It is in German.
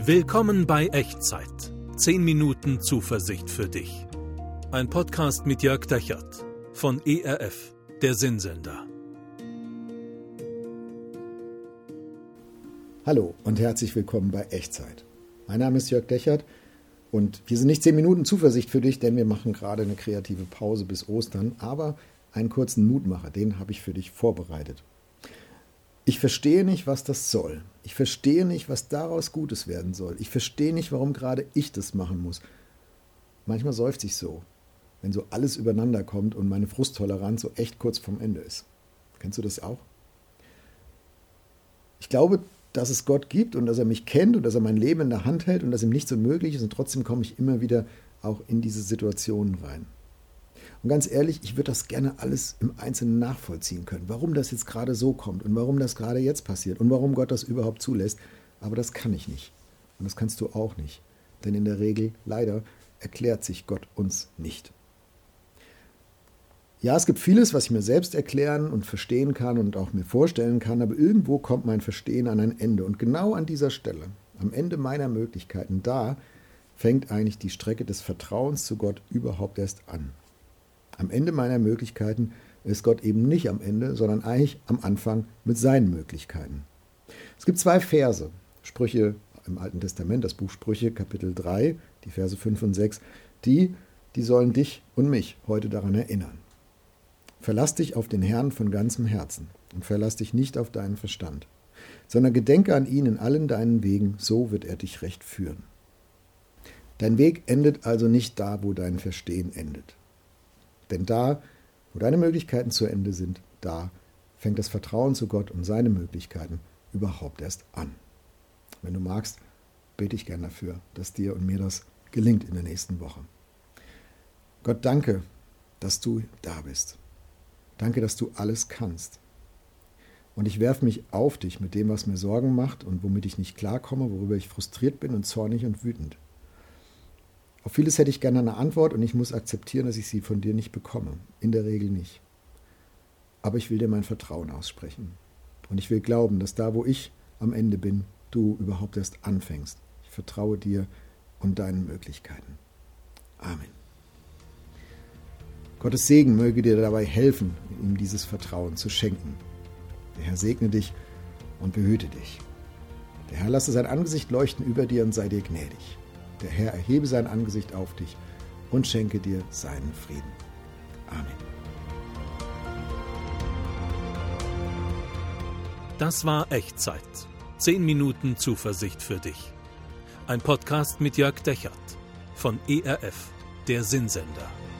Willkommen bei Echtzeit. 10 Minuten Zuversicht für dich. Ein Podcast mit Jörg Dechert von ERF, der Sinnsender. Hallo und herzlich willkommen bei Echtzeit. Mein Name ist Jörg Dechert und wir sind nicht 10 Minuten Zuversicht für dich, denn wir machen gerade eine kreative Pause bis Ostern, aber einen kurzen Mutmacher, den habe ich für dich vorbereitet. Ich verstehe nicht, was das soll. Ich verstehe nicht, was daraus Gutes werden soll. Ich verstehe nicht, warum gerade ich das machen muss. Manchmal seufze ich so, wenn so alles übereinander kommt und meine Frusttoleranz so echt kurz vorm Ende ist. Kennst du das auch? Ich glaube, dass es Gott gibt und dass er mich kennt und dass er mein Leben in der Hand hält und dass ihm nichts unmöglich ist und trotzdem komme ich immer wieder auch in diese Situationen rein. Und ganz ehrlich, ich würde das gerne alles im Einzelnen nachvollziehen können, warum das jetzt gerade so kommt und warum das gerade jetzt passiert und warum Gott das überhaupt zulässt. Aber das kann ich nicht. Und das kannst du auch nicht. Denn in der Regel, leider, erklärt sich Gott uns nicht. Ja, es gibt vieles, was ich mir selbst erklären und verstehen kann und auch mir vorstellen kann, aber irgendwo kommt mein Verstehen an ein Ende. Und genau an dieser Stelle, am Ende meiner Möglichkeiten, da fängt eigentlich die Strecke des Vertrauens zu Gott überhaupt erst an. Am Ende meiner Möglichkeiten ist Gott eben nicht am Ende, sondern eigentlich am Anfang mit seinen Möglichkeiten. Es gibt 2 Verse, Sprüche im Alten Testament, das Buch Sprüche, Kapitel 3, die Verse 5 und 6, die sollen dich und mich heute daran erinnern. Verlass dich auf den Herrn von ganzem Herzen und verlass dich nicht auf deinen Verstand, sondern gedenke an ihn in allen deinen Wegen, so wird er dich recht führen. Dein Weg endet also nicht da, wo dein Verstehen endet. Denn da, wo deine Möglichkeiten zu Ende sind, da fängt das Vertrauen zu Gott und seine Möglichkeiten überhaupt erst an. Wenn du magst, bete ich gern dafür, dass dir und mir das gelingt in der nächsten Woche. Gott, danke, dass du da bist. Danke, dass du alles kannst. Und ich werfe mich auf dich mit dem, was mir Sorgen macht und womit ich nicht klarkomme, worüber ich frustriert bin und zornig und wütend. Auf vieles hätte ich gerne eine Antwort und ich muss akzeptieren, dass ich sie von dir nicht bekomme. In der Regel nicht. Aber ich will dir mein Vertrauen aussprechen. Und ich will glauben, dass da, wo ich am Ende bin, du überhaupt erst anfängst. Ich vertraue dir und deinen Möglichkeiten. Amen. Gottes Segen möge dir dabei helfen, ihm dieses Vertrauen zu schenken. Der Herr segne dich und behüte dich. Der Herr lasse sein Angesicht leuchten über dir und sei dir gnädig. Der Herr erhebe sein Angesicht auf dich und schenke dir seinen Frieden. Amen. Das war Echtzeit. 10 Minuten Zuversicht für dich. Ein Podcast mit Jörg Dechert von ERF, der Sinnsender.